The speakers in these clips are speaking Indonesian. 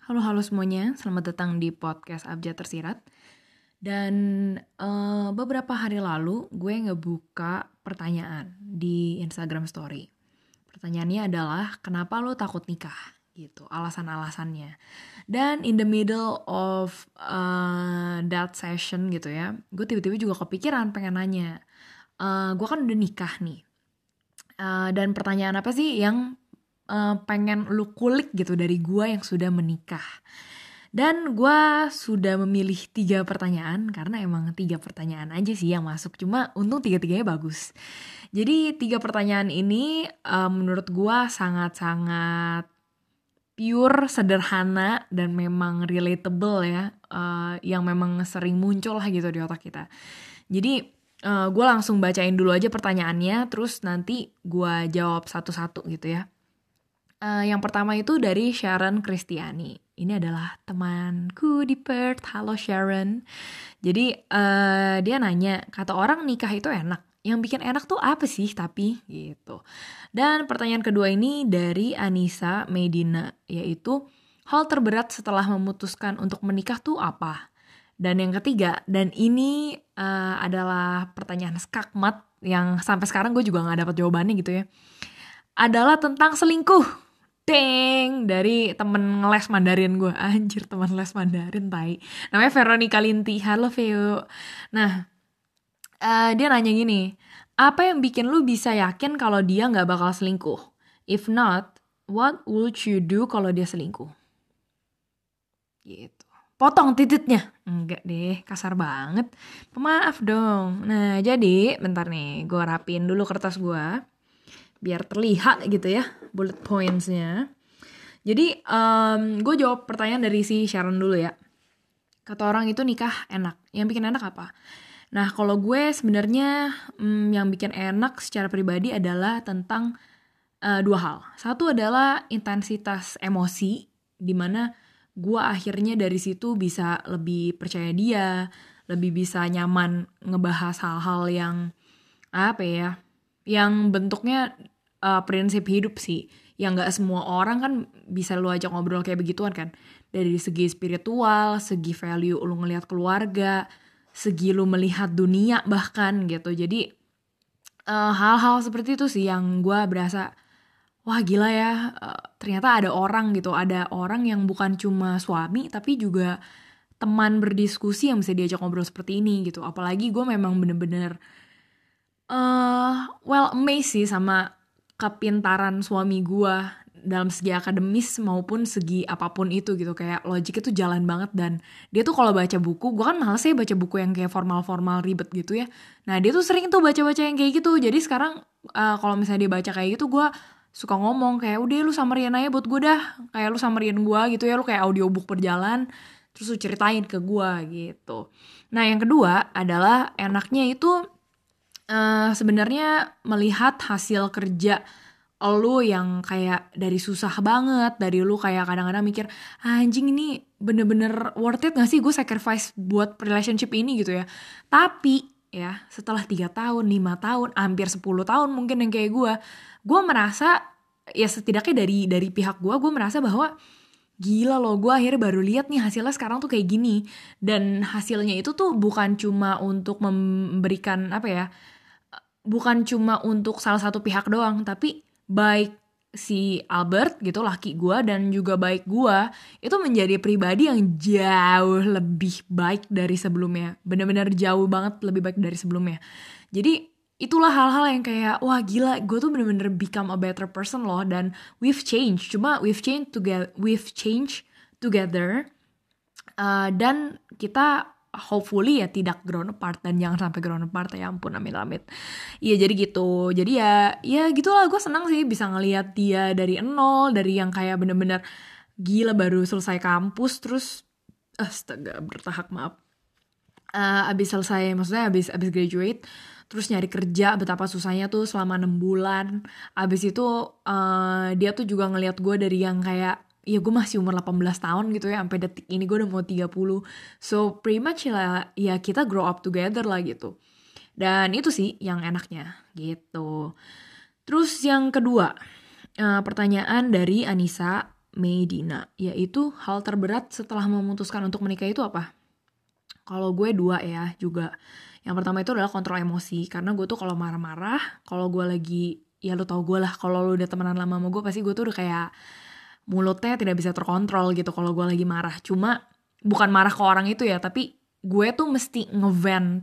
Halo semuanya, selamat datang di podcast Abjad Tersirat. Dan beberapa hari lalu gue ngebuka pertanyaan di Instagram Story. Pertanyaannya adalah, kenapa lo takut nikah? Gitu, alasan-alasannya. Dan in the middle of that session gitu ya, gue tiba-tiba juga kepikiran pengen nanya. Gue kan udah nikah nih. Dan pertanyaan apa sih yang pengen lu kulik gitu dari gue yang sudah menikah. Dan gue sudah memilih 3 pertanyaan, karena emang 3 pertanyaan aja sih yang masuk. Cuma untung 3-3-nya bagus. Jadi 3 pertanyaan ini menurut gue sangat-sangat pure, sederhana, dan memang relatable ya. Yang memang sering muncul lah gitu di otak kita. Jadi gue langsung bacain dulu aja pertanyaannya, terus nanti gue jawab satu-satu gitu ya. Yang pertama itu dari Sharon Kristiani. Ini adalah temanku di Perth. Halo Sharon. Jadi dia nanya, kata orang nikah itu enak. Yang bikin enak tuh apa sih tapi gitu. Dan pertanyaan kedua ini dari Anissa Medina, yaitu hal terberat setelah memutuskan untuk menikah tuh apa? Dan yang ketiga, dan ini adalah pertanyaan skakmat yang sampai sekarang gue juga gak dapat jawabannya gitu ya, adalah tentang selingkuh. Deng, dari temen ngeles Mandarin gue. Anjir, temen les Mandarin, tai. Namanya Veronica Linti. Halo Veo. Nah, dia nanya gini, apa yang bikin lu bisa yakin kalau dia gak bakal selingkuh? If not, what would you do kalau dia selingkuh? Gitu. Potong titiknya. Enggak deh, kasar banget. Pemaaf dong. Nah, jadi bentar nih, gue rapin dulu kertas gue biar terlihat gitu ya bullet points-nya. Jadi gue jawab pertanyaan dari si Sharon dulu ya. Kata orang itu nikah enak. Yang bikin enak apa? Nah kalau gue sebenarnya yang bikin enak secara pribadi adalah tentang 2 hal. Satu adalah intensitas emosi, dimana gue akhirnya dari situ bisa lebih percaya dia, lebih bisa nyaman ngebahas hal-hal yang apa ya, yang bentuknya prinsip hidup sih, yang gak semua orang kan bisa lu ajak ngobrol kayak begituan kan. Dari segi spiritual, segi value lu ngelihat keluarga, segi lu melihat dunia bahkan gitu. Jadi hal-hal seperti itu sih yang gue berasa, wah gila ya, ternyata ada orang gitu, ada orang yang bukan cuma suami tapi juga teman berdiskusi yang bisa diajak ngobrol seperti ini gitu. Apalagi gue memang bener-bener amazed sih sama kepintaran suami gue dalam segi akademis maupun segi apapun itu gitu. Kayak logik itu jalan banget, dan dia tuh kalau baca buku, gue kan males ya baca buku yang kayak formal-formal ribet gitu ya. Nah dia tuh sering tuh baca-baca yang kayak gitu. Jadi sekarang kalau misalnya dia baca kayak gitu, gue suka ngomong kayak, udah lu summarin aja buat gue dah, kayak lu summarin gue gitu ya, lu kayak audiobook berjalan terus lu ceritain ke gue gitu. Nah yang kedua adalah enaknya itu sebenarnya melihat hasil kerja lu yang kayak dari susah banget, dari lu kayak kadang-kadang mikir, anjing ini bener-bener worth it gak sih gue sacrifice buat relationship ini gitu ya. Tapi ya setelah 3 tahun, 5 tahun, hampir 10 tahun mungkin yang kayak gue merasa ya setidaknya dari pihak gue merasa bahwa gila loh, gue akhirnya baru lihat nih hasilnya sekarang tuh kayak gini. Dan hasilnya itu tuh bukan cuma untuk memberikan apa ya, bukan cuma untuk salah satu pihak doang, tapi baik si Albert gitu, laki gue, dan juga baik gue itu menjadi pribadi yang jauh lebih baik dari sebelumnya. Benar-benar jauh banget lebih baik dari sebelumnya. Jadi itulah hal-hal yang kayak, wah gila, gue tuh benar-benar become a better person loh. Dan we've changed, cuma we've changed together. Dan kita hopefully ya tidak grown apart, dan jangan sampai grown apart, ya ampun, amit-amit. Iya jadi gitu. Jadi ya gitulah, gue senang sih bisa ngelihat dia dari nol, dari yang kayak bener-bener gila baru selesai kampus, terus astaga bertahap maaf. Abis selesai, maksudnya abis graduate, terus nyari kerja, betapa susahnya tuh selama 6 bulan. Abis itu dia tuh juga ngelihat gue dari yang kayak, ya gue masih umur 18 tahun gitu ya, sampai detik ini gue udah mau 30. So pretty much lah, ya kita grow up together lah gitu. Dan itu sih yang enaknya gitu. Terus yang kedua, pertanyaan dari Anissa, Medina, yaitu hal terberat setelah memutuskan untuk menikah itu apa? Kalau gue 2 ya juga. Yang pertama itu adalah kontrol emosi, karena gue tuh kalau marah-marah, kalau gue lagi, ya lu tau gue lah, kalau lu udah temenan lama sama gue pasti gue tuh udah kayak mulutnya tidak bisa terkontrol gitu kalau gue lagi marah. Cuma bukan marah ke orang itu ya, tapi gue tuh mesti ngevent,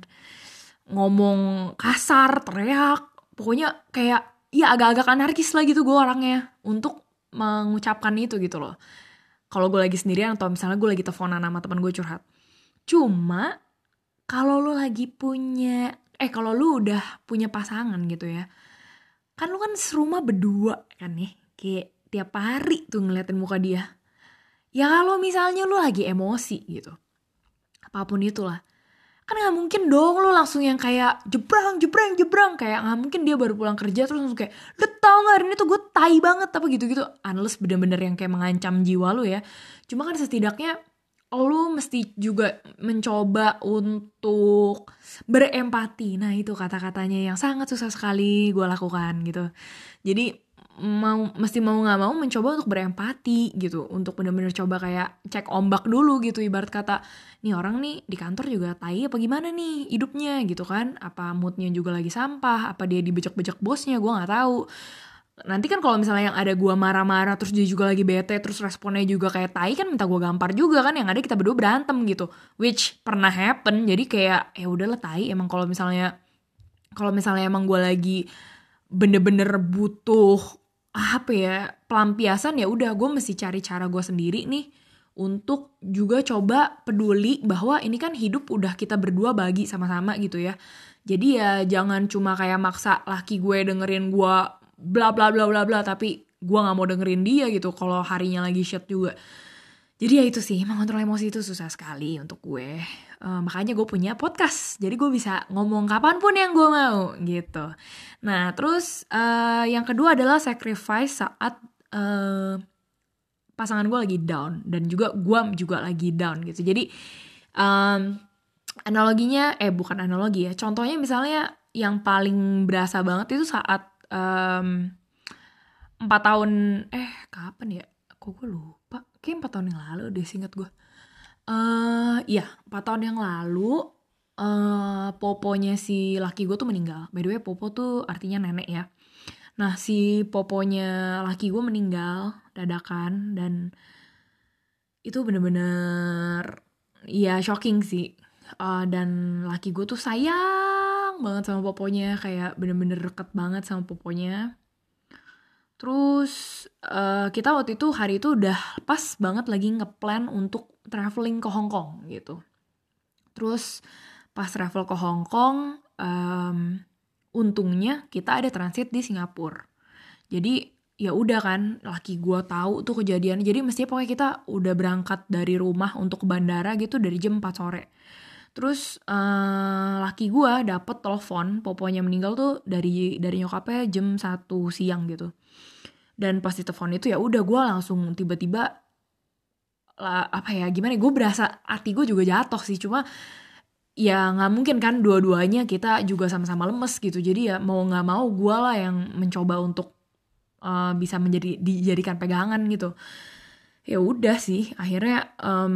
ngomong kasar, teriak, pokoknya kayak ya agak-agak anarkis lah gitu gue orangnya untuk mengucapkan itu gitu loh. Kalau gue lagi sendirian atau misalnya gue lagi teleponan sama teman gue curhat. Cuma kalau lu lagi punya kalau lu udah punya pasangan gitu ya, kan lu kan serumah berdua kan nih, kayak tiap hari tuh ngeliatin muka dia. Ya kalau misalnya lu lagi emosi gitu, apapun itulah, kan gak mungkin dong lu langsung yang kayak jebrang, kayak gak mungkin dia baru pulang kerja terus langsung kayak, lu tau gak hari ini tuh gue tai banget apa gitu-gitu, unless bener-bener yang kayak mengancam jiwa lu ya. Cuma kan setidaknya lu mesti juga mencoba untuk berempati. Nah itu kata-katanya yang sangat susah sekali gue lakukan gitu. Jadi mesti mau nggak mau mencoba untuk berempati gitu, untuk benar-benar coba kayak cek ombak dulu gitu, ibarat kata nih orang nih di kantor juga tai apa gimana nih hidupnya gitu kan, apa moodnya juga lagi sampah, apa dia dibejek-bejek bosnya, gue nggak tahu. Nanti kan kalau misalnya yang ada gue marah-marah terus dia juga lagi bete terus responnya juga kayak tai, kan minta gue gampar juga kan, yang ada kita berdua berantem gitu, which pernah happen. Jadi kayak ya udahlah tai, emang kalau misalnya emang gue lagi bener-bener butuh apa ya pelampiasan, ya udah gue mesti cari cara gue sendiri nih untuk juga coba peduli bahwa ini kan hidup udah kita berdua bagi sama-sama gitu ya. Jadi ya jangan cuma kayak maksa laki gue dengerin gue bla bla bla bla bla, tapi gue nggak mau dengerin dia gitu kalau harinya lagi shit juga. Jadi ya itu sih, mengontrol emosi itu susah sekali untuk gue. Makanya gue punya podcast, jadi gue bisa ngomong kapanpun yang gue mau gitu. Nah terus yang kedua adalah sacrifice saat pasangan gue lagi down, dan juga gue juga lagi down gitu. Jadi analoginya, bukan analogi ya, contohnya misalnya yang paling berasa banget itu saat 4 tahun, kapan ya? Kok gue lupa, kayak 4 tahun yang lalu deh seingat gue. 4 tahun yang lalu poponya si laki gue tuh meninggal. By the way, popo tuh artinya nenek ya. Nah, si poponya laki gue meninggal dadakan, dan itu bener-bener ya shocking sih. Dan laki gue tuh sayang banget sama poponya, kayak bener-bener deket banget sama poponya. Terus kita waktu itu hari itu udah pas banget lagi ngeplan untuk traveling ke Hong Kong gitu. Terus pas travel ke Hong Kong, untungnya kita ada transit di Singapura. Jadi ya udah kan, laki gue tahu tuh kejadian. Jadi mestinya pokoknya kita udah berangkat dari rumah untuk ke bandara gitu dari jam 4 sore. Terus laki gue dapet telepon poponya meninggal tuh dari nyokapnya jam 1 siang gitu. Dan pas di telepon itu ya udah gue langsung tiba-tiba gimana, gue berasa hati gue juga jatuh sih. Cuma ya nggak mungkin kan dua-duanya kita juga sama-sama lemes gitu. Jadi ya mau nggak mau gue lah yang mencoba untuk bisa dijadikan pegangan gitu. Ya udah sih akhirnya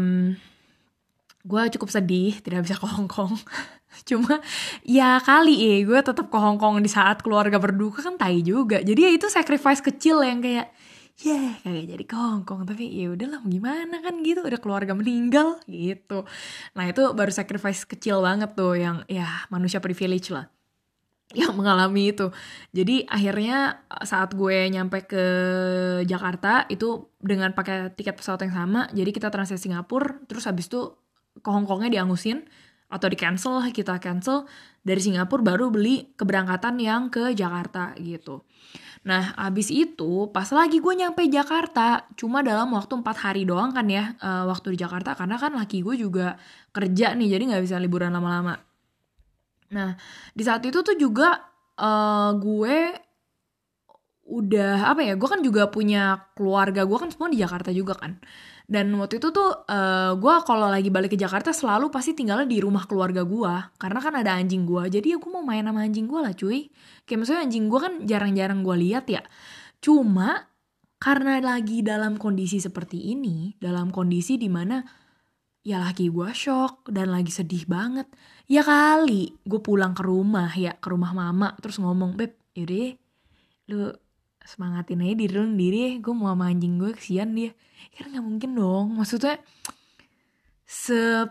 gue cukup sedih tidak bisa ke Hong Kong. Cuma ya kali gue tetap ke Hong Kong di saat keluarga berduka kan tai juga. Jadi ya itu sacrifice kecil yang kayak kagak jadi ke Hong Kong, tapi ya udahlah gimana kan gitu, udah keluarga meninggal gitu. Nah itu baru sacrifice kecil banget tuh yang ya manusia privilege lah yang mengalami itu. Jadi akhirnya saat gue nyampe ke Jakarta itu dengan pakai tiket pesawat yang sama, jadi kita transit Singapura, terus habis itu ke Hong Kongnya diangusin atau di cancel, kita cancel dari Singapura baru beli keberangkatan yang ke Jakarta gitu. Nah abis itu pas lagi gue nyampe Jakarta, cuma dalam waktu 4 hari doang kan ya waktu di Jakarta, karena kan laki gue juga kerja nih, jadi gak bisa liburan lama-lama. Nah di saat itu tuh juga gue udah gue kan juga punya keluarga, gue kan semua di Jakarta juga kan. Dan waktu itu tuh gue kalau lagi balik ke Jakarta selalu pasti tinggalnya di rumah keluarga gue, karena kan ada anjing gue. Jadi ya gue mau main sama anjing gue lah cuy. Kayak maksudnya anjing gue kan jarang-jarang gue lihat ya. Cuma karena lagi dalam kondisi seperti ini, dalam kondisi dimana ya lagi gue shock dan lagi sedih banget, ya kali gue pulang ke rumah ya, ke rumah mama, terus ngomong, "Beb, yaudah lu semangatin aja diri lu sendiri, gue mau sama anjing gue, kesian dia." Kan gak mungkin dong, maksudnya se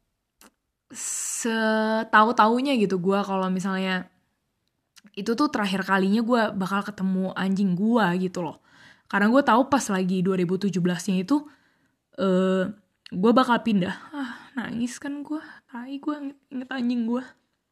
setahu-taunya gitu gue kalau misalnya itu tuh terakhir kalinya gue bakal ketemu anjing gue gitu loh. Karena gue tahu pas lagi 2017-nya itu gue bakal pindah. Nangis kan gue, tai gue inget anjing gue.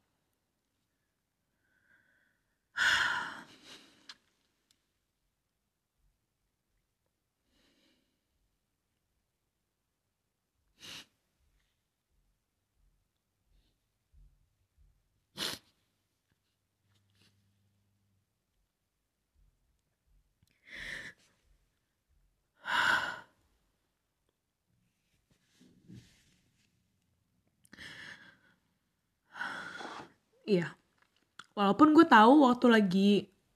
Iya. Walaupun gue tahu waktu lagi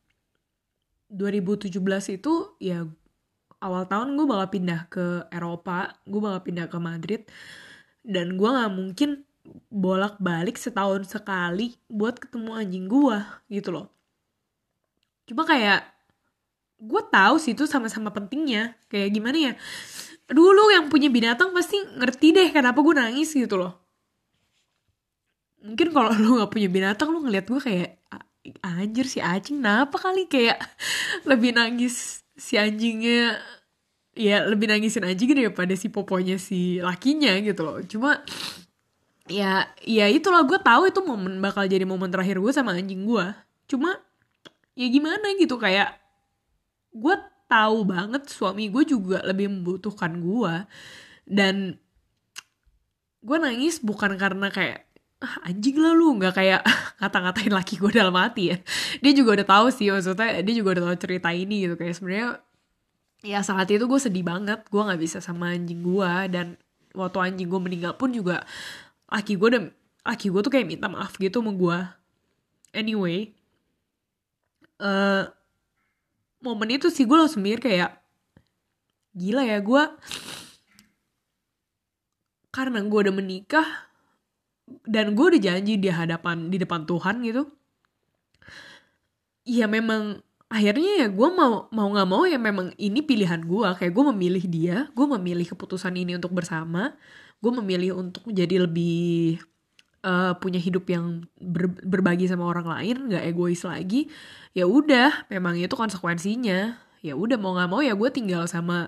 2017 itu ya awal tahun gue bakal pindah ke Eropa, gue bakal pindah ke Madrid, dan gue nggak mungkin bolak-balik setahun sekali buat ketemu anjing gue gitu loh. Cuma kayak gue tahu sih itu sama-sama pentingnya, kayak gimana ya, dulu yang punya binatang pasti ngerti deh kenapa gue nangis gitu loh. Mungkin kalau lu nggak punya binatang, lu ngeliat gue kayak anjir si anjing kenapa kali, kayak lebih nangis si anjingnya, ya lebih nangisin anjing daripada si poponya si lakinya gitu loh. Cuma ya itulah, gue tahu itu momen bakal jadi momen terakhir gue sama anjing gue. Cuma ya gimana gitu, kayak gue tahu banget suami gue juga lebih membutuhkan gue, dan gue nangis bukan karena kayak anjing lah lu, nggak kayak ngata-ngatain laki gue dalam hati ya. Dia juga udah tahu sih, maksudnya dia juga udah tahu cerita ini gitu, kayak sebenarnya ya saat itu gue sedih banget, gue nggak bisa sama anjing gue, dan waktu anjing gue meninggal pun juga laki gue tuh kayak minta maaf gitu sama gue. Anyway, momen itu sih gue langsung mikir kayak gila ya, gue karena gue udah menikah dan gue udah janji di depan Tuhan gitu, ya memang akhirnya ya gue mau nggak mau ya memang ini pilihan gue, kayak gue memilih dia, gue memilih keputusan ini untuk bersama, gue memilih untuk menjadi lebih punya hidup yang berbagi sama orang lain, nggak egois lagi. Ya udah, memang itu konsekuensinya. Ya udah, mau nggak mau ya gue tinggal sama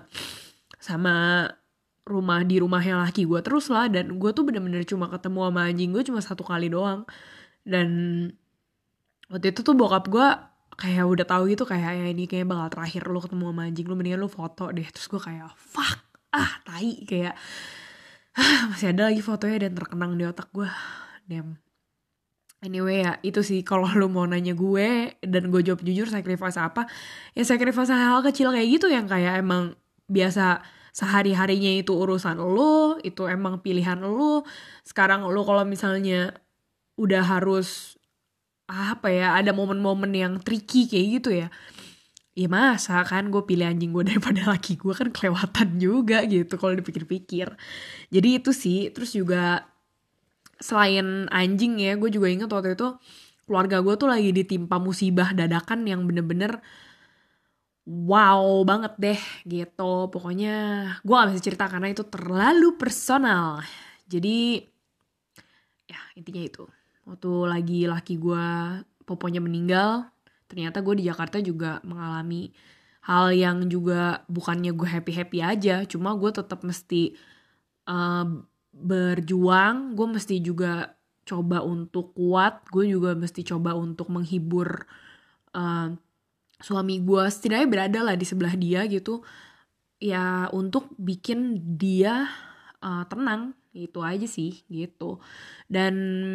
di rumahnya laki gue terus lah. Dan gue tuh bener-bener cuma ketemu sama anjing gue cuma 1 kali doang. Dan waktu itu tuh bokap gue kayak udah tahu gitu, kayak ya ini kayak bakal terakhir lu ketemu sama anjing lu, mendingan lu foto deh. Terus gue kayak fuck, tai, kayak masih ada lagi fotonya dan terkenang di otak gue. Damn. Anyway ya itu sih, kalau lu mau nanya gue dan gue jawab jujur sacrifice apa, ya sacrifice hal kecil kayak gitu yang kayak emang biasa sehari-harinya itu urusan lu, itu emang pilihan lu. Sekarang lu kalau misalnya udah harus apa ya, ada momen-momen yang tricky kayak gitu ya, ya masa kan gue pilih anjing gue daripada laki gue, kan kelewatan juga gitu kalau dipikir-pikir. Jadi itu sih. Terus juga selain anjing ya, gue juga ingat waktu itu keluarga gue tuh lagi ditimpa musibah dadakan yang bener-bener wow banget deh gitu. Pokoknya gue gak bisa cerita karena itu terlalu personal. Jadi ya intinya itu, waktu lagi laki gue poponya meninggal, ternyata gue di Jakarta juga mengalami hal yang juga bukannya gue happy-happy aja, cuma gue tetap mesti berjuang, gue mesti juga coba untuk kuat, gue juga mesti coba untuk menghibur suami gue, setidaknya berada lah di sebelah dia gitu, ya untuk bikin dia tenang, itu aja sih gitu. Dan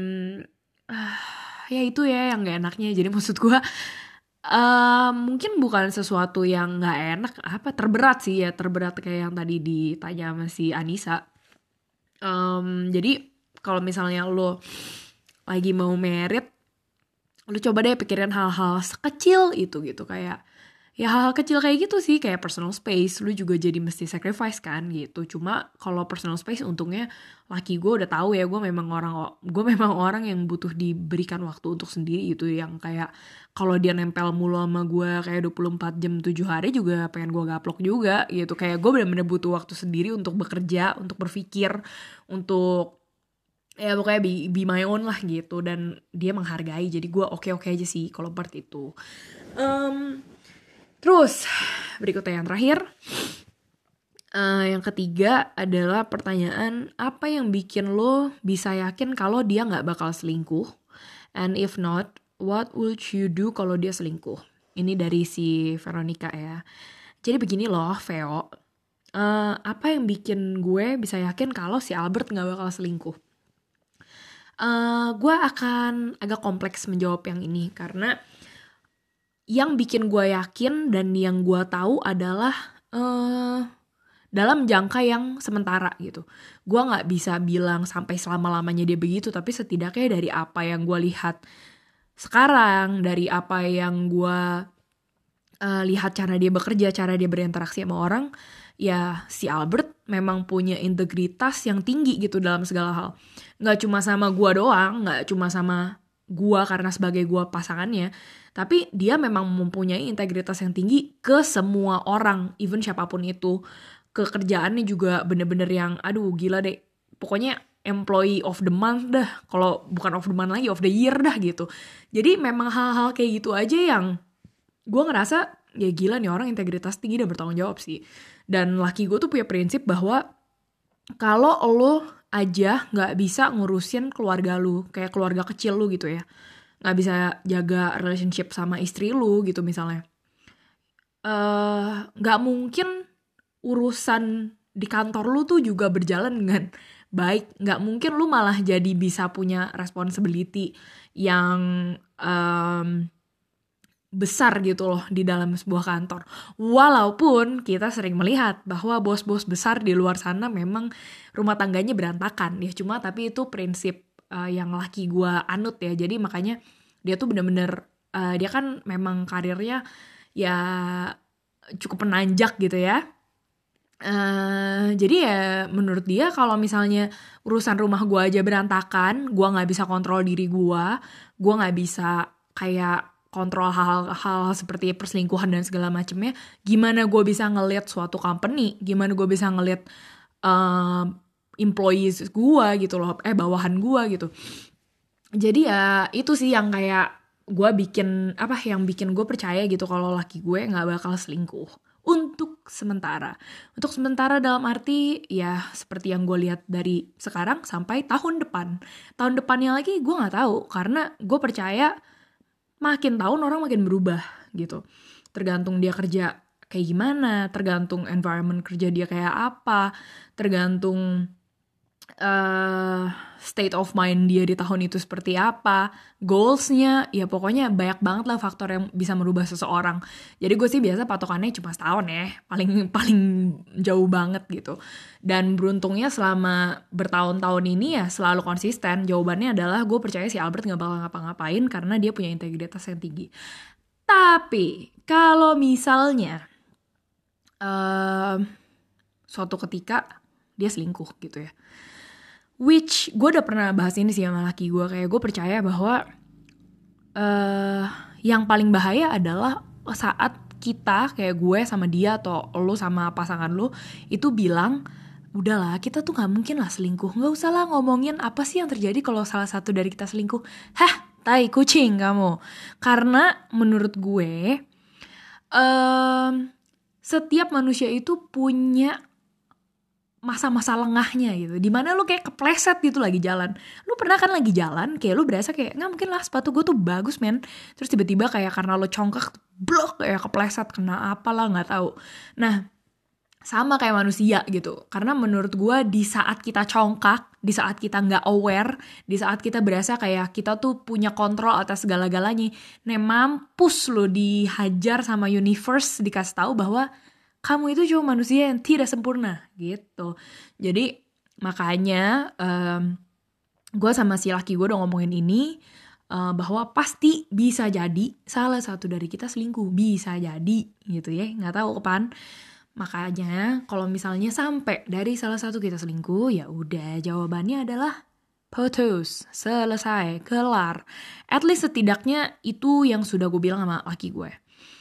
ya itu ya yang gak enaknya. Jadi maksud gue mungkin bukan sesuatu yang gak enak, terberat sih ya, terberat kayak yang tadi ditanya sama si Anissa. Jadi kalau misalnya lo lagi mau merit, lo coba deh pikirin hal-hal sekecil itu gitu, kayak Ya hal-hal kecil kayak gitu sih, kayak personal space, lu juga jadi mesti sacrifice kan gitu. Cuma kalau personal space untungnya laki gue udah tahu ya, gue memang orang yang butuh diberikan waktu untuk sendiri gitu, yang kayak kalau dia nempel mulu sama gue kayak 24 jam 7 hari juga pengen gue gaplok juga gitu. Kayak gue bener-bener butuh waktu sendiri untuk bekerja, untuk berpikir, untuk ya pokoknya be my own lah gitu. Dan dia menghargai, jadi gue oke-oke aja sih kalau part itu. Terus berikutnya yang terakhir, yang ketiga adalah pertanyaan, apa yang bikin lo bisa yakin kalau dia nggak bakal selingkuh? And if not, what would you do kalau dia selingkuh? Ini dari si Veronica ya. Jadi begini loh, Veo. Apa yang bikin gue bisa yakin kalau si Albert nggak bakal selingkuh? Gue akan agak kompleks menjawab yang ini karena yang bikin gue yakin dan yang gue tahu adalah dalam jangka yang sementara gitu. Gue nggak bisa bilang sampai selama-lamanya dia begitu, tapi setidaknya dari apa yang gue lihat sekarang, dari apa yang gue lihat cara dia bekerja, cara dia berinteraksi sama orang, ya si Albert memang punya integritas yang tinggi gitu dalam segala hal. Nggak cuma sama gue doang, nggak cuma sama gue karena sebagai gue pasangannya, tapi dia memang mempunyai integritas yang tinggi ke semua orang, even siapapun itu. Kekerjaannya juga bener-bener yang, aduh gila deh, pokoknya employee of the month dah, kalau bukan of the month lagi, of the year dah gitu. Jadi memang hal-hal kayak gitu aja yang gue ngerasa, ya gila nih orang integritas tinggi dan bertanggung jawab sih. Dan laki gue tuh punya prinsip bahwa kalau lo aja nggak bisa ngurusin keluarga lu, kayak keluarga kecil lu gitu ya, nggak bisa jaga relationship sama istri lu gitu misalnya, nggak mungkin urusan di kantor lu tuh juga berjalan dengan baik. Nggak mungkin lu malah jadi bisa punya responsibility yang besar gitu loh di dalam sebuah kantor. Walaupun kita sering melihat bahwa bos-bos besar di luar sana memang rumah tangganya berantakan ya. Cuma tapi itu prinsip yang laki gue anut ya. Jadi makanya dia tuh bener-bener, dia kan memang karirnya ya cukup menanjak gitu ya. Jadi ya menurut dia kalau misalnya urusan rumah gue aja berantakan, gue nggak bisa kontrol diri gue nggak bisa kayak kontrol hal-hal seperti perselingkuhan dan segala macamnya, gimana gue bisa ngelihat suatu company, gimana gue bisa ngelihat employees gue gitu loh, bawahan gue gitu. Jadi ya itu sih yang kayak gue yang bikin gue percaya gitu kalau laki gue nggak bakal selingkuh untuk sementara. Untuk sementara dalam arti ya seperti yang gue lihat dari sekarang sampai tahun depan. Tahun depannya lagi gue nggak tahu karena gue percaya makin tahun orang makin berubah gitu. Tergantung dia kerja kayak gimana, tergantung environment kerja dia kayak apa, tergantung state of mind dia di tahun itu seperti apa, goalsnya, ya pokoknya banyak banget lah faktor yang bisa merubah seseorang. Jadi gue sih biasa patokannya cuma setahun ya, paling jauh banget gitu. Dan beruntungnya selama bertahun-tahun ini ya selalu konsisten. Jawabannya adalah gue percaya si Albert gak bakal ngapa-ngapain karena dia punya integritas yang tinggi. Tapi kalau misalnya suatu ketika dia selingkuh gitu ya, which gue udah pernah bahas ini sih sama laki gue, kayak gue percaya bahwa yang paling bahaya adalah saat kita kayak gue sama dia atau lo sama pasangan lo itu bilang, udahlah kita tuh gak mungkin lah selingkuh, gak usah lah ngomongin apa sih yang terjadi kalau salah satu dari kita selingkuh. Hah, tai kucing kamu. Karena menurut gue setiap manusia itu punya masa-masa lengahnya gitu, dimana lu kayak kepleset gitu lagi jalan. Lu pernah kan lagi jalan kayak lu berasa kayak nggak mungkin lah sepatu gue tuh bagus men, terus tiba-tiba kayak karena lu congkak blok kayak kepleset kena apa lah nggak tahu. Nah sama kayak manusia gitu, karena menurut gue di saat kita congkak, di saat kita nggak aware, di saat kita berasa kayak kita tuh punya kontrol atas segala-galanya, mampus lo dihajar sama universe, dikasih tahu bahwa kamu itu cuma manusia yang tidak sempurna gitu. Jadi makanya gue sama si laki gue udah ngomongin ini. bahwa pasti bisa jadi salah satu dari kita selingkuh, bisa jadi gitu ya, nggak tahu kapan. Makanya kalau misalnya sampai dari salah satu kita selingkuh, ya udah jawabannya adalah putus, selesai, kelar. At least setidaknya itu yang sudah gue bilang sama laki gue.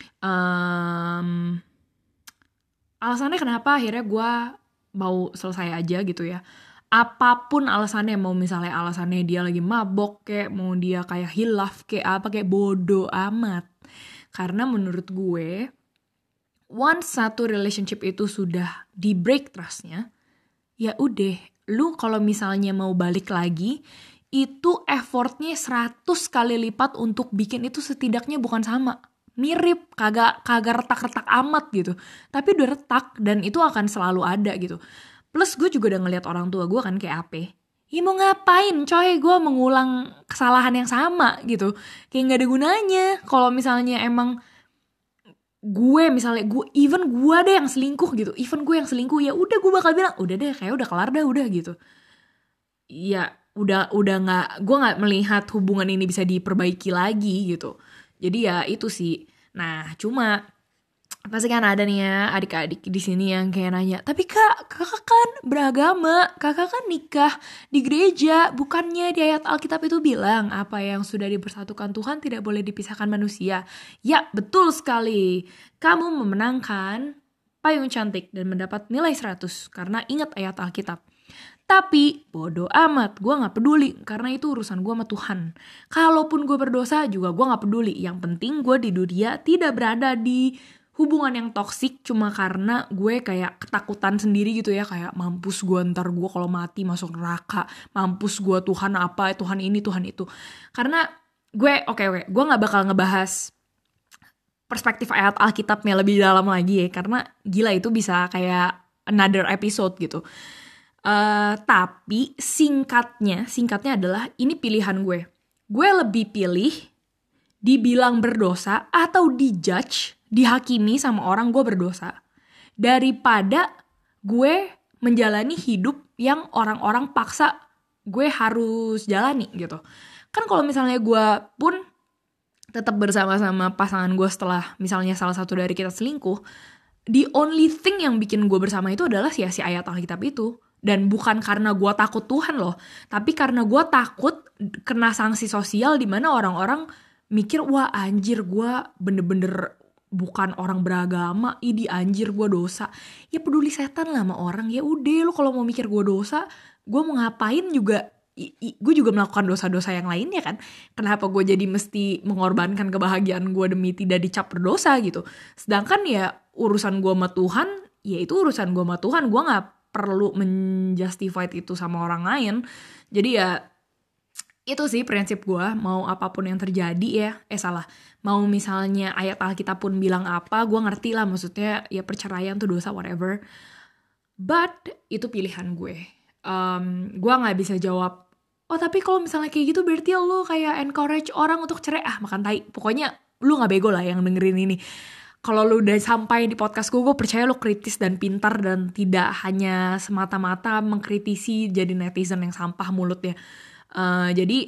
Alasannya kenapa akhirnya gue mau selesai aja gitu ya. Apapun alasannya, mau misalnya alasannya dia lagi mabok kayak, mau dia kayak hilaf kayak apa, kayak bodoh amat. Karena menurut gue, once satu relationship itu sudah di break trustnya, ya udah, lu kalau misalnya mau balik lagi, itu effortnya 100 kali lipat untuk bikin itu setidaknya bukan sama. Mirip, kagak retak-retak amat gitu. Tapi udah retak dan itu akan selalu ada gitu. Plus gue juga udah ngeliat orang tua gue kan kayak apa. Ya mau ngapain coy, gue mengulang kesalahan yang sama gitu. Kayak gak ada gunanya. Kalau misalnya emang gue even gue deh yang selingkuh gitu. Even gue yang selingkuh, ya udah gue bakal bilang, udah deh kayak udah kelar dah udah gitu. Ya udah gak, gue gak melihat hubungan ini bisa diperbaiki lagi gitu. Jadi ya itu sih. Nah cuma pasti kan ada nih ya adik-adik di sini yang kayak nanya, tapi kakak kan beragama, kakak kan nikah di gereja, bukannya di ayat Alkitab itu bilang apa yang sudah dipersatukan Tuhan tidak boleh dipisahkan manusia. Ya betul sekali, kamu memenangkan payung cantik dan mendapat nilai 100 karena ingat ayat Alkitab. Tapi bodo amat, gue gak peduli karena itu urusan gue sama Tuhan. Kalaupun gue berdosa juga gue gak peduli. Yang penting gue di dunia tidak berada di hubungan yang toksik cuma karena gue kayak ketakutan sendiri gitu ya, kayak mampus gue ntar gue kalau mati masuk neraka, mampus gue Tuhan apa, Tuhan ini, Tuhan itu. Karena gue gue gak bakal ngebahas perspektif ayat Alkitabnya lebih dalam lagi ya, karena gila itu bisa kayak another episode gitu. Tapi singkatnya adalah ini pilihan gue. Gue lebih pilih dibilang berdosa atau dijudge, dihakimi sama orang gue berdosa, daripada gue menjalani hidup yang orang-orang paksa gue harus jalani gitu. Kan kalau misalnya gue pun tetap bersama-sama pasangan gue setelah misalnya salah satu dari kita selingkuh, the only thing yang bikin gue bersama itu adalah si ayat Alkitab itu. Dan bukan karena gue takut Tuhan loh, tapi karena gue takut kena sanksi sosial di mana orang-orang mikir, wah anjir gue bener-bener bukan orang beragama, ini anjir gue dosa. Ya peduli setan lah sama orang, ya udah lo kalau mau mikir gue dosa, gue mau ngapain juga, gue juga melakukan dosa-dosa yang lainnya kan. Kenapa gue jadi mesti mengorbankan kebahagiaan gue demi tidak dicap berdosa gitu. Sedangkan ya urusan gue sama Tuhan, ya itu urusan gue sama Tuhan, gue gak perlu menjustify itu sama orang lain. Jadi ya itu sih prinsip gue, mau apapun yang terjadi ya, mau misalnya ayat Alkitab pun bilang apa, gue ngerti lah maksudnya ya perceraian tuh dosa whatever, but itu pilihan gue. Gue nggak bisa jawab, oh tapi kalau misalnya kayak gitu berarti lo kayak encourage orang untuk cerai, makan tai. Pokoknya lu nggak bego lah yang dengerin ini. Kalau lu udah sampai di podcast gue percaya lu kritis dan pintar dan tidak hanya semata-mata mengkritisi jadi netizen yang sampah mulutnya. Jadi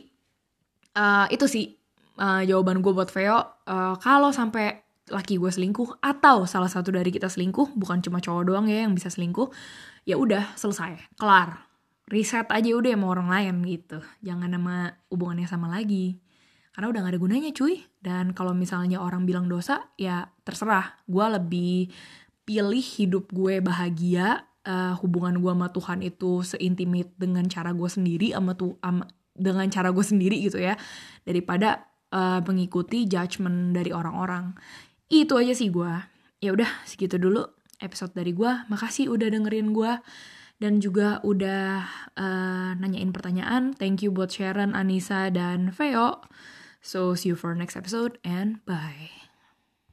itu sih jawaban gue buat Veo. Kalau sampai laki gue selingkuh atau salah satu dari kita selingkuh, bukan cuma cowok doang ya yang bisa selingkuh, ya udah selesai, kelar, reset aja udah sama orang lain gitu. Jangan sama hubungannya sama lagi. Karena udah gak ada gunanya cuy. Dan kalau misalnya orang bilang dosa, ya terserah. Gue lebih pilih hidup gue bahagia, hubungan gue sama Tuhan itu seintimate dengan cara gue sendiri dengan cara gue sendiri gitu ya, daripada mengikuti judgement dari orang-orang. Itu aja sih gue. Ya udah segitu dulu episode dari gue. Makasih udah dengerin gue dan juga udah nanyain pertanyaan. Thank you buat Sharon, Anissa, dan Veo. So see you for next episode and bye.